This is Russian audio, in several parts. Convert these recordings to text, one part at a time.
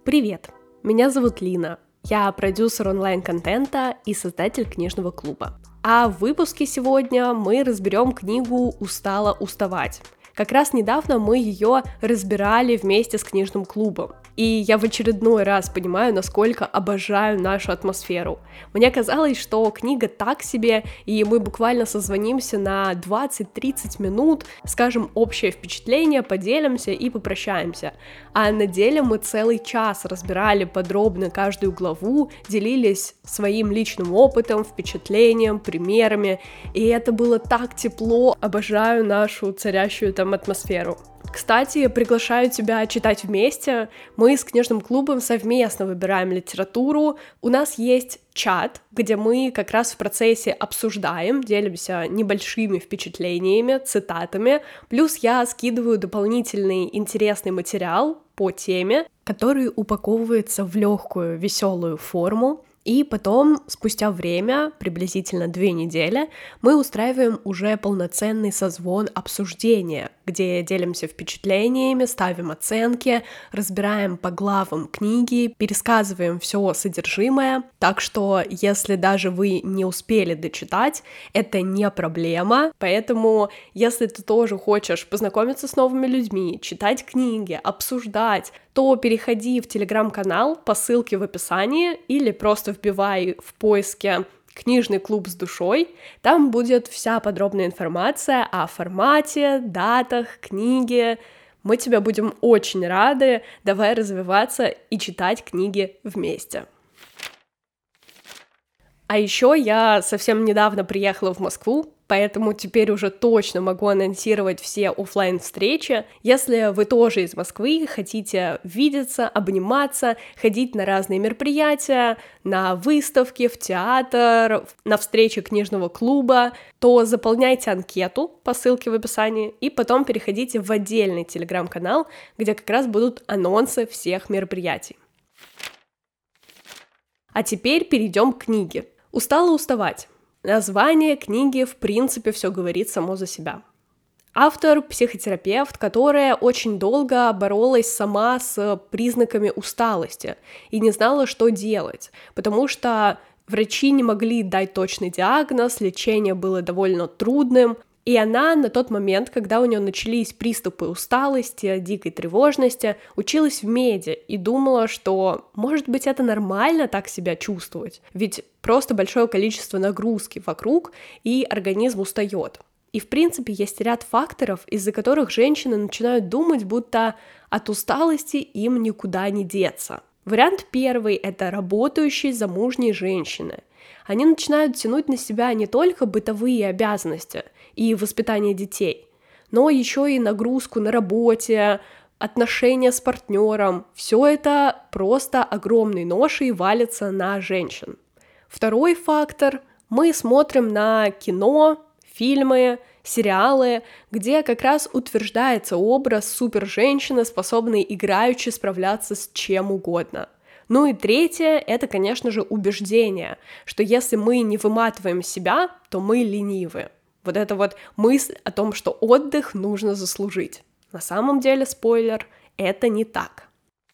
Привет! Меня зовут Лина. Я продюсер онлайн-контента и создатель книжного клуба. А в выпуске сегодня мы разберем книгу «Устала уставать». Как раз недавно мы ее разбирали вместе с книжным клубом. И я в очередной раз понимаю, насколько обожаю нашу атмосферу. Мне казалось, что книга так себе, и мы буквально созвонимся на 20-30 минут, скажем общее впечатление, поделимся и попрощаемся. А на деле мы целый час разбирали подробно каждую главу, делились своим личным опытом, впечатлением, примерами, и это было так тепло, обожаю нашу царящую там атмосферу. Кстати, приглашаю тебя читать вместе. Мы с книжным клубом совместно выбираем литературу. У нас есть чат, где мы как раз в процессе обсуждаем, делимся небольшими впечатлениями, цитатами. Плюс я скидываю дополнительный интересный материал по теме, который упаковывается в легкую, веселую форму. И потом, спустя время, приблизительно 2 недели, мы устраиваем уже полноценный созвон обсуждения, где делимся впечатлениями, ставим оценки, разбираем по главам книги, пересказываем все содержимое. Так что, если даже вы не успели дочитать, это не проблема. Поэтому, если ты тоже хочешь познакомиться с новыми людьми, читать книги, обсуждать, то переходи в телеграм-канал по ссылке в описании или просто вбивай в поиске «Книжный клуб с душой». Там будет вся подробная информация о формате, датах, книге. Мы тебя будем очень рады. Давай развиваться и читать книги вместе. А еще я совсем недавно приехала в Москву, поэтому теперь уже точно могу анонсировать все офлайн встречи. Если вы тоже из Москвы, хотите видеться, обниматься, ходить на разные мероприятия, на выставки, в театр, на встречи книжного клуба, то заполняйте анкету по ссылке в описании и потом переходите в отдельный телеграм-канал, где как раз будут анонсы всех мероприятий. А теперь перейдем к книге. «Устала уставать». Название книги, в принципе, все говорит само за себя. Автор — психотерапевт, которая очень долго боролась сама с признаками усталости и не знала, что делать, потому что врачи не могли дать точный диагноз, лечение было довольно трудным, и она на тот момент, когда у нее начались приступы усталости, дикой тревожности, училась в меди и думала, что, может быть, это нормально так себя чувствовать, ведь просто большое количество нагрузки вокруг, и организм устает. И, в принципе, есть ряд факторов, из-за которых женщины начинают думать, будто от усталости им никуда не деться. Вариант первый — это работающие замужние женщины. Они начинают тянуть на себя не только бытовые обязанности и воспитание детей, но еще и нагрузку на работе, отношения с партнером. Все это просто огромной ношей валится на женщин. Второй фактор — мы смотрим на кино, фильмы, сериалы, где как раз утверждается образ супер-женщины, способной играючи справляться с чем угодно. Ну и третье — это, конечно же, убеждение, что если мы не выматываем себя, то мы ленивы. Вот эта вот мысль о том, что отдых нужно заслужить. На самом деле, спойлер, это не так.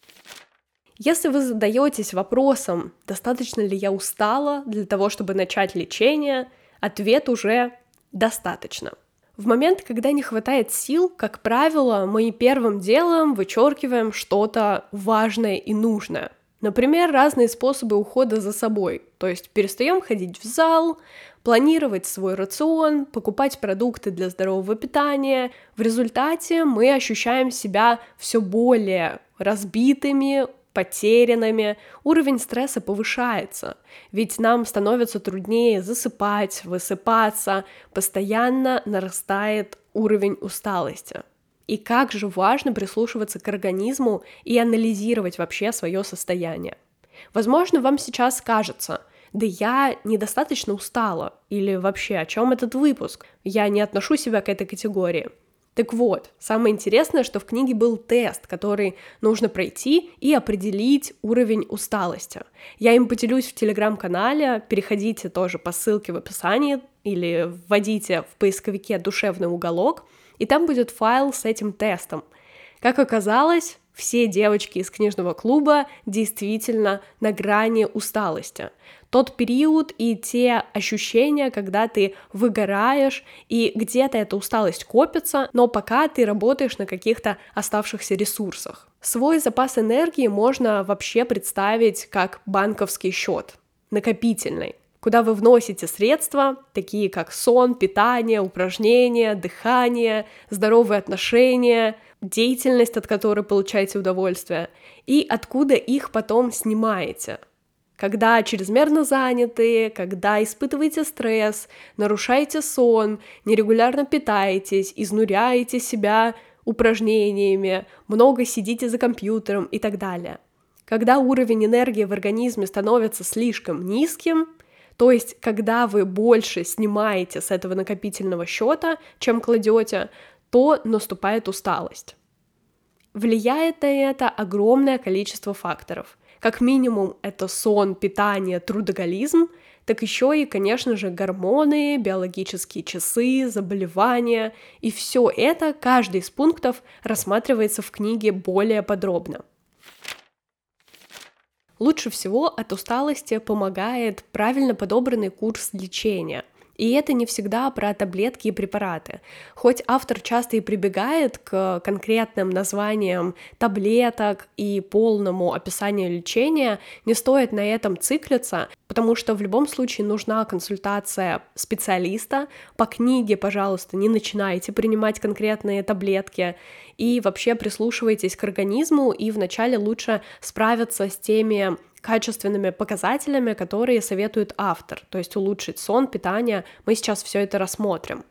Если вы задаетесь вопросом, достаточно ли я устала для того, чтобы начать лечение, ответ уже достаточно. В момент, когда не хватает сил, как правило, мы первым делом вычеркиваем что-то важное и нужное. Например, разные способы ухода за собой, то есть перестаем ходить в зал, планировать свой рацион, покупать продукты для здорового питания. В результате мы ощущаем себя все более разбитыми, потерянными, уровень стресса повышается, ведь нам становится труднее засыпать, высыпаться, постоянно нарастает уровень усталости. И как же важно прислушиваться к организму и анализировать вообще свое состояние. Возможно, вам сейчас кажется: да я недостаточно устала, или вообще о чем этот выпуск, я не отношу себя к этой категории. Так вот, самое интересное, что в книге был тест, который нужно пройти и определить уровень усталости. Я им поделюсь в телеграм-канале, переходите тоже по ссылке в описании или вводите в поисковике «Душевный уголок», и там будет файл с этим тестом. Как оказалось, все девочки из книжного клуба действительно на грани усталости. Тот период и те ощущения, когда ты выгораешь, и где-то эта усталость копится, но пока ты работаешь на каких-то оставшихся ресурсах. Свой запас энергии можно вообще представить как банковский счет, накопительный, куда вы вносите средства, такие как сон, питание, упражнения, дыхание, здоровые отношения, деятельность, от которой получаете удовольствие, и откуда их потом снимаете. Когда чрезмерно заняты, когда испытываете стресс, нарушаете сон, нерегулярно питаетесь, изнуряете себя упражнениями, много сидите за компьютером и так далее. Когда уровень энергии в организме становится слишком низким, то есть когда вы больше снимаете с этого накопительного счета, чем кладете, то наступает усталость. Влияет на это огромное количество факторов. Как минимум, это сон, питание, трудоголизм, так еще и, конечно же, гормоны, биологические часы, заболевания. И все это, каждый из пунктов, рассматривается в книге более подробно. Лучше всего от усталости помогает правильно подобранный курс лечения. И это не всегда про таблетки и препараты. Хоть автор часто и прибегает к конкретным названиям таблеток и полному описанию лечения, не стоит на этом циклиться, потому что в любом случае нужна консультация специалиста. По книге, пожалуйста, не начинайте принимать конкретные таблетки и вообще прислушивайтесь к организму, и вначале лучше справиться с теми качественными показателями, которые советует автор, то есть улучшить сон, питание. Мы сейчас все это рассмотрим.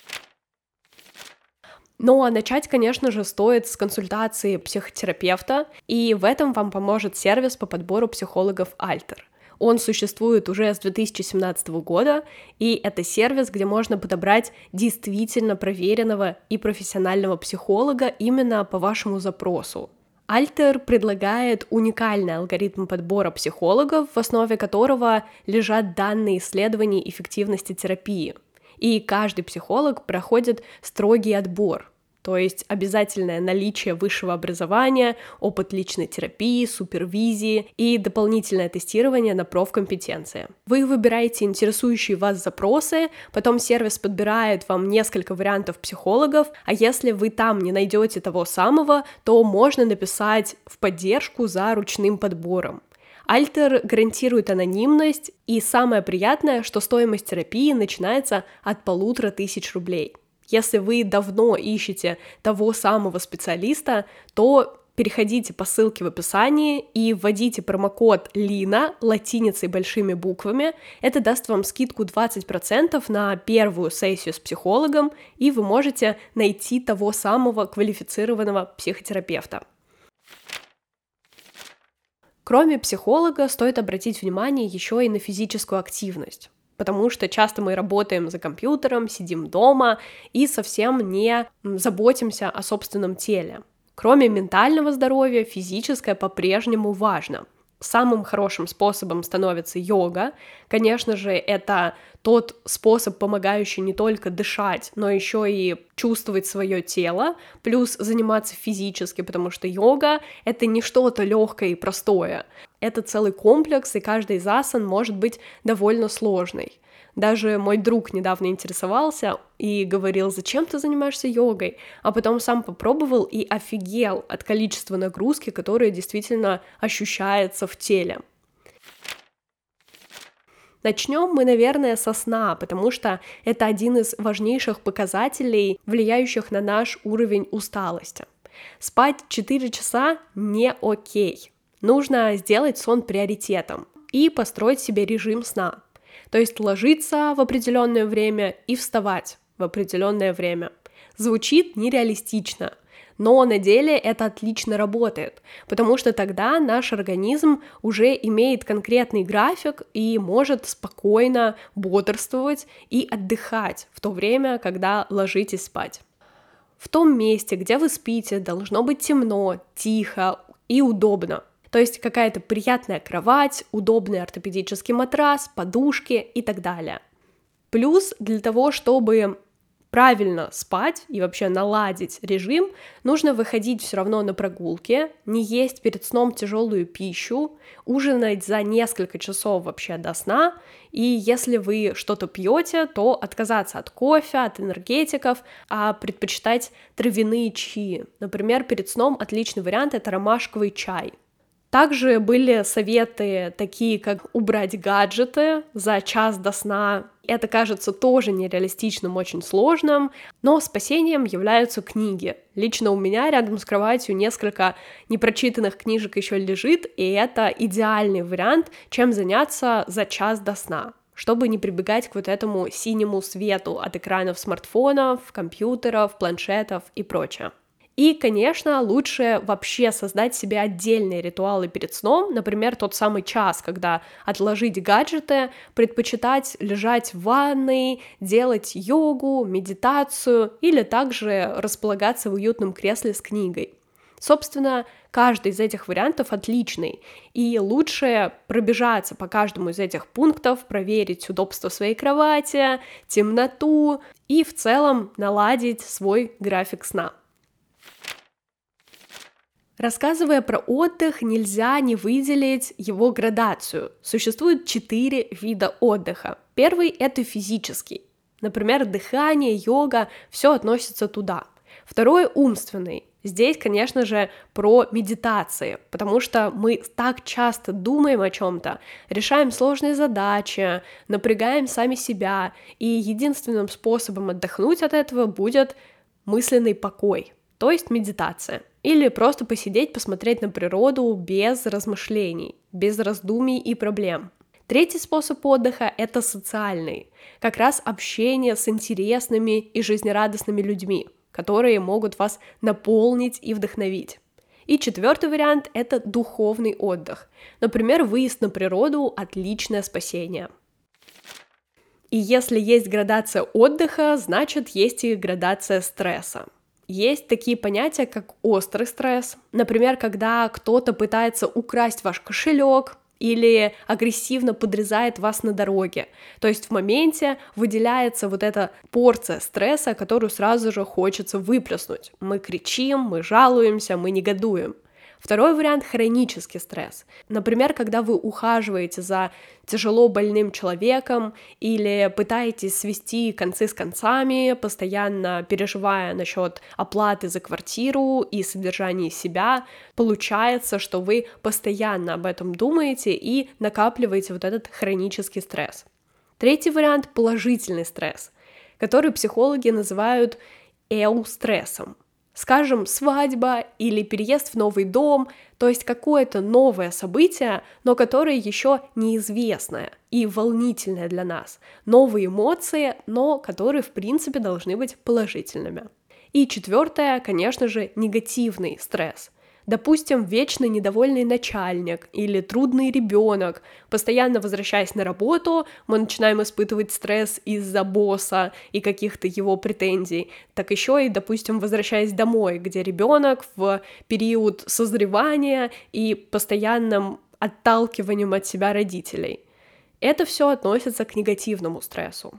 Ну а начать, конечно же, стоит с консультации психотерапевта, и в этом вам поможет сервис по подбору психологов Альтер. Он существует уже с 2017 года, и это сервис, где можно подобрать действительно проверенного и профессионального психолога именно по вашему запросу. Альтер предлагает уникальный алгоритм подбора психологов, в основе которого лежат данные исследований эффективности терапии. И каждый психолог проходит строгий отбор, то есть обязательное наличие высшего образования, опыт личной терапии, супервизии и дополнительное тестирование на профкомпетенции. Вы выбираете интересующие вас запросы, потом сервис подбирает вам несколько вариантов психологов, а если вы там не найдете того самого, то можно написать в поддержку за ручным подбором. Альтер гарантирует анонимность, и самое приятное, что стоимость терапии начинается от 1500 рублей. Если вы давно ищете того самого специалиста, то переходите по ссылке в описании и вводите промокод LINA латиницей большими буквами. Это даст вам скидку 20% на первую сессию с психологом, и вы можете найти того самого квалифицированного психотерапевта. Кроме психолога, стоит обратить внимание еще и на физическую активность. Потому что часто мы работаем за компьютером, сидим дома и совсем не заботимся о собственном теле. Кроме ментального здоровья, физическое по-прежнему важно. Самым хорошим способом становится йога. Конечно же, это тот способ, помогающий не только дышать, но еще и чувствовать свое тело, плюс заниматься физически, потому что йога — это не что-то легкое и простое. Это целый комплекс, и каждый из асан может быть довольно сложный. Даже мой друг недавно интересовался и говорил: зачем ты занимаешься йогой? А потом сам попробовал и офигел от количества нагрузки, которая действительно ощущается в теле. Начнем мы, наверное, со сна, потому что это один из важнейших показателей, влияющих на наш уровень усталости. Спать 4 часа не окей. Нужно сделать сон приоритетом и построить себе режим сна. То есть ложиться в определенное время и вставать в определенное время. Звучит нереалистично, но на деле это отлично работает, потому что тогда наш организм уже имеет конкретный график и может спокойно бодрствовать и отдыхать в то время, когда ложитесь спать. В том месте, где вы спите, должно быть темно, тихо и удобно. То есть какая-то приятная кровать, удобный ортопедический матрас, подушки и так далее. Плюс для того, чтобы правильно спать и вообще наладить режим, нужно выходить все равно на прогулки, не есть перед сном тяжелую пищу, ужинать за несколько часов вообще до сна, и если вы что-то пьете, то отказаться от кофе, от энергетиков, а предпочитать травяные чаи. Например, перед сном отличный вариант — это ромашковый чай. Также были советы такие, как убрать гаджеты за час до сна. Это кажется тоже нереалистичным, очень сложным, но спасением являются книги. Лично у меня рядом с кроватью несколько непрочитанных книжек еще лежит, и это идеальный вариант, чем заняться за час до сна, чтобы не прибегать к вот этому синему свету от экранов смартфонов, компьютеров, планшетов и прочее. И, конечно, лучше вообще создать себе отдельные ритуалы перед сном, например, тот самый час, когда отложить гаджеты, предпочитать лежать в ванной, делать йогу, медитацию или также располагаться в уютном кресле с книгой. Собственно, каждый из этих вариантов отличный, и лучше пробежаться по каждому из этих пунктов, проверить удобство своей кровати, темноту и в целом наладить свой график сна. Рассказывая про отдых, нельзя не выделить его градацию. Существует 4 вида отдыха. Первый — это физический. Например, дыхание, йога, все относится туда. Второй — умственный. Здесь, конечно же, про медитации, потому что мы так часто думаем о чем-то, решаем сложные задачи, напрягаем сами себя, и единственным способом отдохнуть от этого будет мысленный покой, то есть медитация. Или просто посидеть, посмотреть на природу без размышлений, без раздумий и проблем. Третий способ отдыха — это социальный, как раз общение с интересными и жизнерадостными людьми, которые могут вас наполнить и вдохновить. И четвертый вариант — это духовный отдых. Например, выезд на природу — отличное спасение. И если есть градация отдыха, значит, есть и градация стресса. Есть такие понятия, как острый стресс, например, когда кто-то пытается украсть ваш кошелек или агрессивно подрезает вас на дороге. То есть в моменте выделяется вот эта порция стресса, которую сразу же хочется выплеснуть. Мы кричим, мы жалуемся, мы негодуем. Второй вариант — хронический стресс. Например, когда вы ухаживаете за тяжело больным человеком или пытаетесь свести концы с концами, постоянно переживая насчет оплаты за квартиру и содержания себя, получается, что вы постоянно об этом думаете и накапливаете вот этот хронический стресс. Третий вариант — положительный стресс, который психологи называют эустрессом. Скажем, свадьба или переезд в новый дом, то есть какое-то новое событие, но которое еще неизвестное и волнительное для нас. Новые эмоции, но которые, в принципе, должны быть положительными. И четвертое, конечно же, негативный стресс. Допустим, вечно недовольный начальник или трудный ребенок. Постоянно возвращаясь на работу, мы начинаем испытывать стресс из-за босса и каких-то его претензий. Так еще и, допустим, возвращаясь домой, где ребенок в период созревания и постоянным отталкиванием от себя родителей. Это все относится к негативному стрессу.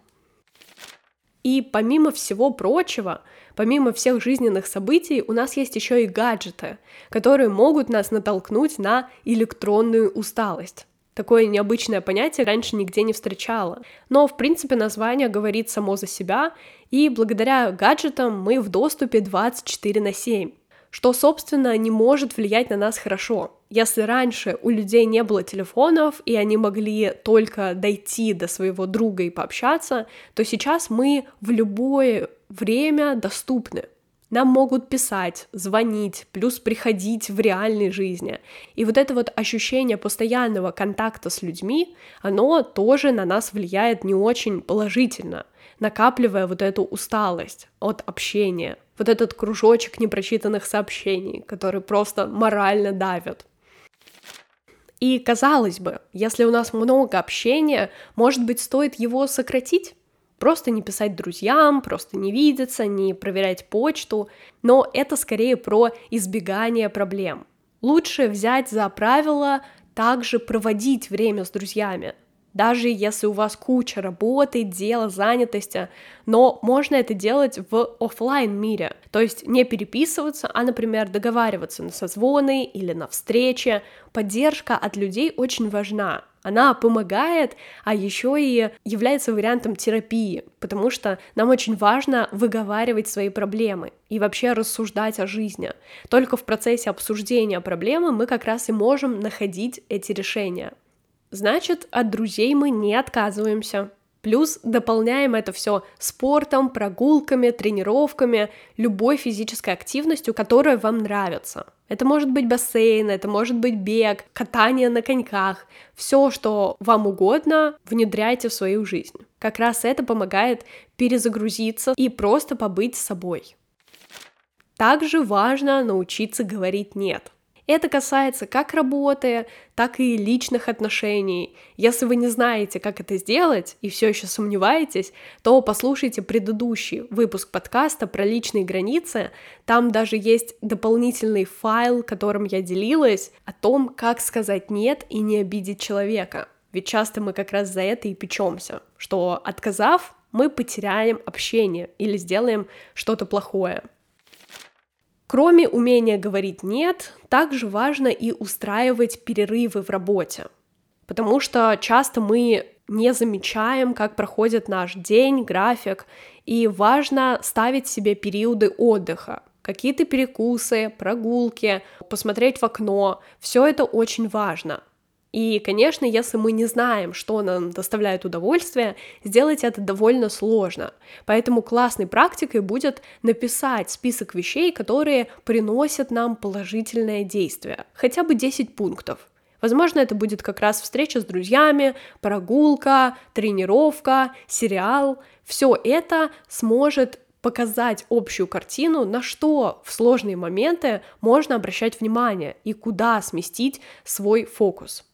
И помимо всего прочего, помимо всех жизненных событий, у нас есть еще и гаджеты, которые могут нас натолкнуть на электронную усталость. Такое необычное понятие раньше нигде не встречала. Но, в принципе, название говорит само за себя, и благодаря гаджетам мы в доступе 24/7, что, собственно, не может влиять на нас хорошо. Если раньше у людей не было телефонов, и они могли только дойти до своего друга и пообщаться, то сейчас мы в любое время доступны. Нам могут писать, звонить, плюс приходить в реальной жизни. И вот это вот ощущение постоянного контакта с людьми, оно тоже на нас влияет не очень положительно, накапливая вот эту усталость от общения, вот этот кружочек непрочитанных сообщений, который просто морально давит. И казалось бы, если у нас много общения, может быть, стоит его сократить? Просто не писать друзьям, просто не видеться, не проверять почту, но это скорее про избегание проблем. Лучше взять за правило также проводить время с друзьями. даже если у вас куча работы, дела, занятости, но можно это делать в офлайн мире, то есть не переписываться, а, например, договариваться на созвоны или на встречи. Поддержка от людей очень важна. Она помогает, а еще и является вариантом терапии, потому что нам очень важно выговаривать свои проблемы и вообще рассуждать о жизни. Только в процессе обсуждения проблемы мы как раз и можем находить эти решения. Значит, от друзей мы не отказываемся. Плюс дополняем это все спортом, прогулками, тренировками, любой физической активностью, которая вам нравится. Это может быть бассейн, это может быть бег, катание на коньках. Все, что вам угодно, внедряйте в свою жизнь. Как раз это помогает перезагрузиться и просто побыть с собой. Также важно научиться говорить «нет». Это касается как работы, так и личных отношений. Если вы не знаете, как это сделать, и все еще сомневаетесь, то послушайте предыдущий выпуск подкаста про личные границы. Там даже есть дополнительный файл, которым я делилась, о том, как сказать «нет» и не обидеть человека. Ведь часто мы как раз за это и печемся, что, отказав, мы потеряем общение или сделаем что-то плохое. Кроме умения говорить «нет», также важно и устраивать перерывы в работе, потому что часто мы не замечаем, как проходит наш день, график, и важно ставить себе периоды отдыха, какие-то перекусы, прогулки, посмотреть в окно, все это очень важно. И, конечно, если мы не знаем, что нам доставляет удовольствие, сделать это довольно сложно. Поэтому классной практикой будет написать список вещей, которые приносят нам положительное действие. Хотя бы 10 пунктов. Возможно, это будет как раз встреча с друзьями, прогулка, тренировка, сериал. Все это сможет показать общую картину, на что в сложные моменты можно обращать внимание и куда сместить свой фокус.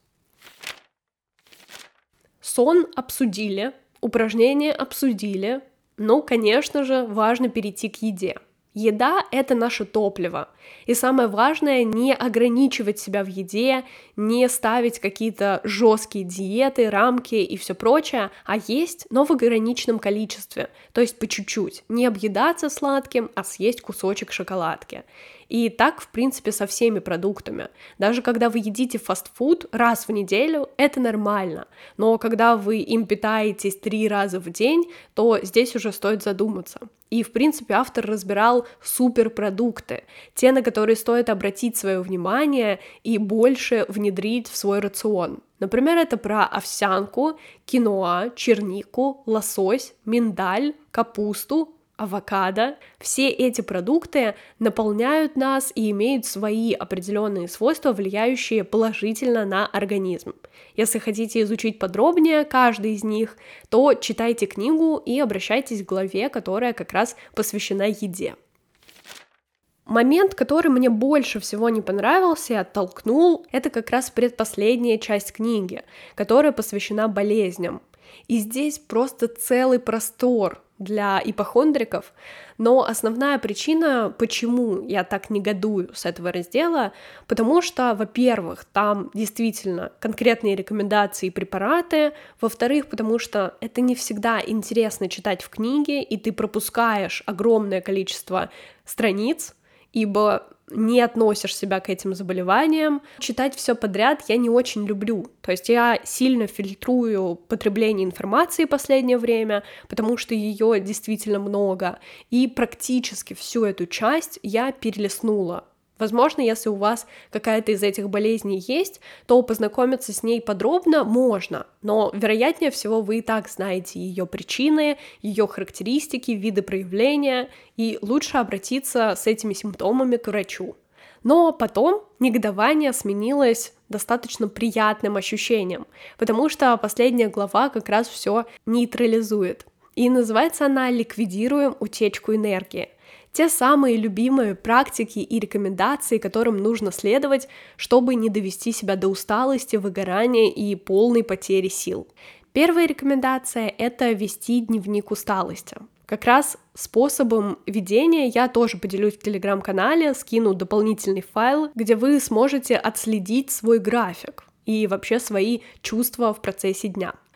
Сон обсудили, упражнения обсудили, но, конечно же, важно перейти к еде. Еда — это наше топливо, и самое важное — не ограничивать себя в еде, не ставить какие-то жесткие диеты, рамки и все прочее, а есть, но в ограниченном количестве, то есть по чуть-чуть, не объедаться сладким, а съесть кусочек шоколадки. И так, в принципе, со всеми продуктами. Даже когда вы едите фастфуд раз в неделю, это нормально. Но когда вы им питаетесь 3 раза в день, то здесь уже стоит задуматься. И, в принципе, автор разбирал суперпродукты, те, на которые стоит обратить свое внимание и больше внедрить в свой рацион. Например, это про овсянку, киноа, чернику, лосось, миндаль, капусту, авокадо. Все эти продукты наполняют нас и имеют свои определенные свойства, влияющие положительно на организм. Если хотите изучить подробнее каждый из них, то читайте книгу и обращайтесь к главе, которая как раз посвящена еде. Момент, который мне больше всего не понравился и оттолкнул, это как раз предпоследняя часть книги, которая посвящена болезням. И здесь просто целый простор для ипохондриков, но основная причина, почему я так негодую с этого раздела, потому что, во-первых, там действительно конкретные рекомендации и препараты, во-вторых, потому что это не всегда интересно читать в книге, и ты пропускаешь огромное количество страниц, ибо не относишь себя к этим заболеваниям. Читать все подряд я не очень люблю. То есть я сильно фильтрую потребление информации в последнее время, потому что ее действительно много. И практически всю эту часть я перелистнула. Возможно, если у вас какая-то из этих болезней есть, то познакомиться с ней подробно можно, но, вероятнее всего, вы и так знаете ее причины, ее характеристики, виды проявления, и лучше обратиться с этими симптомами к врачу. Но потом негодование сменилось достаточно приятным ощущением, потому что последняя глава как раз все нейтрализует. И называется она «Ликвидируем утечку энергии». Те самые любимые практики и рекомендации, которым нужно следовать, чтобы не довести себя до усталости, выгорания и полной потери сил. Первая рекомендация — это вести дневник усталости. Как раз способом ведения я тоже поделюсь в телеграм-канале, скину дополнительный файл, где вы сможете отследить свой график и вообще свои чувства в процессе дня.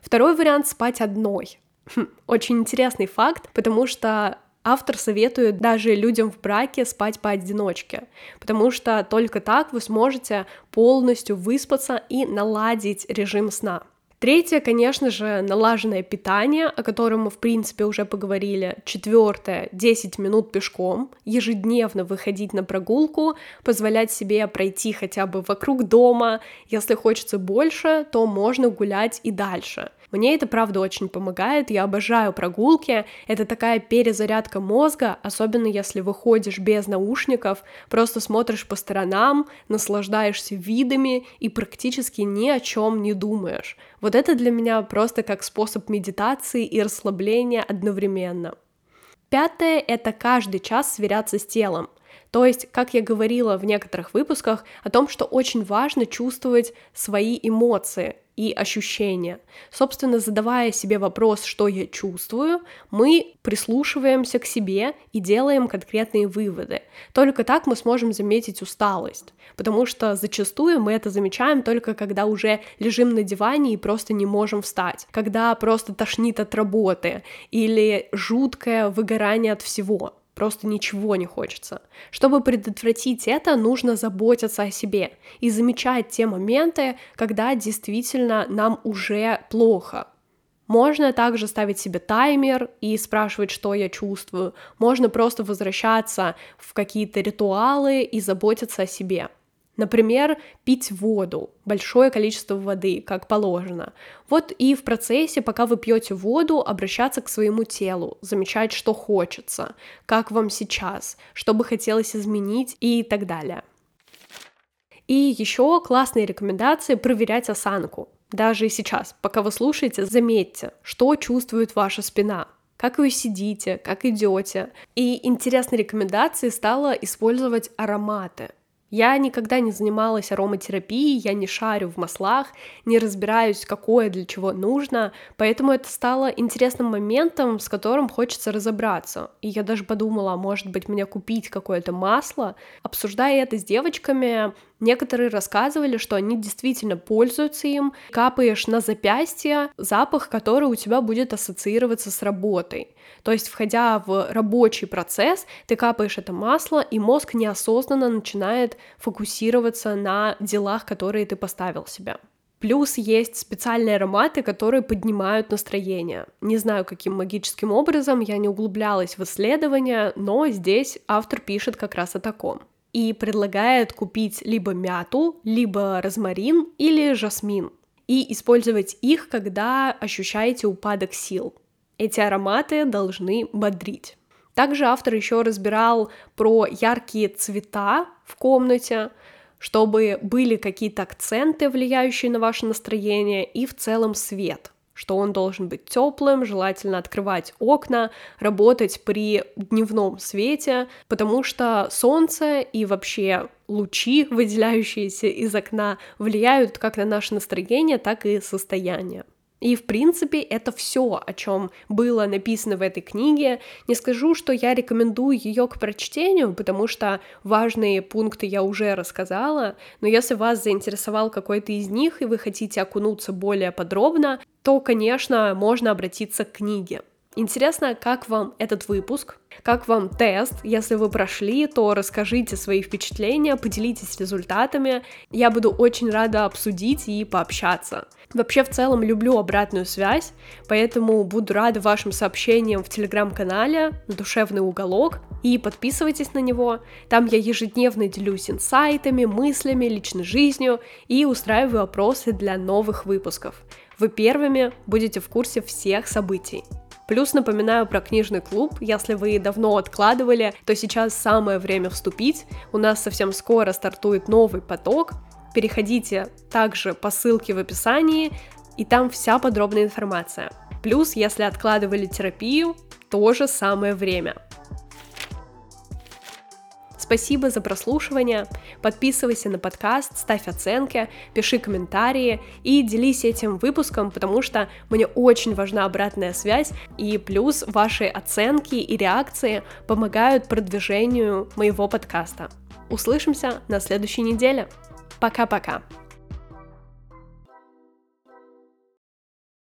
Второй вариант — спать одной. Очень интересный факт, потому что автор советует даже людям в браке спать поодиночке, потому что только так вы сможете полностью выспаться и наладить режим сна. Третье, конечно же, налаженное питание, о котором мы, в принципе, уже поговорили. Четвертое — 10 минут пешком, ежедневно выходить на прогулку, позволять себе пройти хотя бы вокруг дома. Если хочется больше, то можно гулять и дальше. Мне это, правда, очень помогает, я обожаю прогулки, это такая перезарядка мозга, особенно если выходишь без наушников, просто смотришь по сторонам, наслаждаешься видами и практически ни о чем не думаешь. Вот это для меня просто как способ медитации и расслабления одновременно. Пятое — это каждый час сверяться с телом. То есть, как я говорила в некоторых выпусках, о том, что очень важно чувствовать свои эмоции и ощущения. Собственно, задавая себе вопрос, что я чувствую, мы прислушиваемся к себе и делаем конкретные выводы. Только так мы сможем заметить усталость, потому что зачастую мы это замечаем только когда уже лежим на диване и просто не можем встать, когда просто тошнит от работы или жуткое выгорание от всего. Просто ничего не хочется. Чтобы предотвратить это, нужно заботиться о себе и замечать те моменты, когда действительно нам уже плохо. Можно также ставить себе таймер и спрашивать, что я чувствую. Можно просто возвращаться в какие-то ритуалы и заботиться о себе. Например, пить воду, большое количество воды, как положено. Вот и в процессе, пока вы пьете воду, обращаться к своему телу, замечать, что хочется, как вам сейчас, что бы хотелось изменить и так далее. И еще классные рекомендации — проверять осанку. Даже сейчас, пока вы слушаете, заметьте, что чувствует ваша спина. Как вы сидите, как идете. И интересной рекомендацией стало использовать ароматы. Я никогда не занималась ароматерапией, я не шарю в маслах, не разбираюсь, какое для чего нужно, поэтому это стало интересным моментом, с которым хочется разобраться. И я даже подумала, может быть, мне купить какое-то масло. Обсуждая это с девочками, некоторые рассказывали, что они действительно пользуются им. Капаешь на запястье запах, который у тебя будет ассоциироваться с работой. То есть, входя в рабочий процесс, ты капаешь это масло, и мозг неосознанно начинает фокусироваться на делах, которые ты поставил себе. Плюс есть специальные ароматы, которые поднимают настроение. Не знаю, каким магическим образом, я не углублялась в исследования, но здесь автор пишет как раз о таком. И предлагает купить либо мяту, либо розмарин или жасмин. И использовать их, когда ощущаете упадок сил. Эти ароматы должны бодрить. Также автор еще разбирал про яркие цвета в комнате, чтобы были какие-то акценты, влияющие на ваше настроение, и в целом свет, что он должен быть теплым, желательно открывать окна, работать при дневном свете, потому что солнце и вообще лучи, выделяющиеся из окна, влияют как на наше настроение, так и состояние. И, в принципе, это все, о чем было написано в этой книге. Не скажу, что я рекомендую ее к прочтению, потому что важные пункты я уже рассказала, но если вас заинтересовал какой-то из них, и вы хотите окунуться более подробно, то, конечно, можно обратиться к книге. Интересно, как вам этот выпуск, как вам тест. Если вы прошли, то расскажите свои впечатления, поделитесь результатами. Я буду очень рада обсудить и пообщаться. Вообще, в целом, люблю обратную связь, поэтому буду рада вашим сообщениям в телеграм-канале «Душевный уголок», и подписывайтесь на него. Там я ежедневно делюсь инсайтами, мыслями, личной жизнью и устраиваю опросы для новых выпусков. Вы первыми будете в курсе всех событий. Плюс напоминаю про книжный клуб. Если вы давно откладывали, то сейчас самое время вступить. У нас совсем скоро стартует новый поток. Переходите также по ссылке в описании, и там вся подробная информация. Плюс, если откладывали терапию, тоже самое время. Спасибо за прослушивание, подписывайся на подкаст, ставь оценки, пиши комментарии и делись этим выпуском, потому что мне очень важна обратная связь, и плюс ваши оценки и реакции помогают продвижению моего подкаста. Услышимся на следующей неделе. Пока-пока!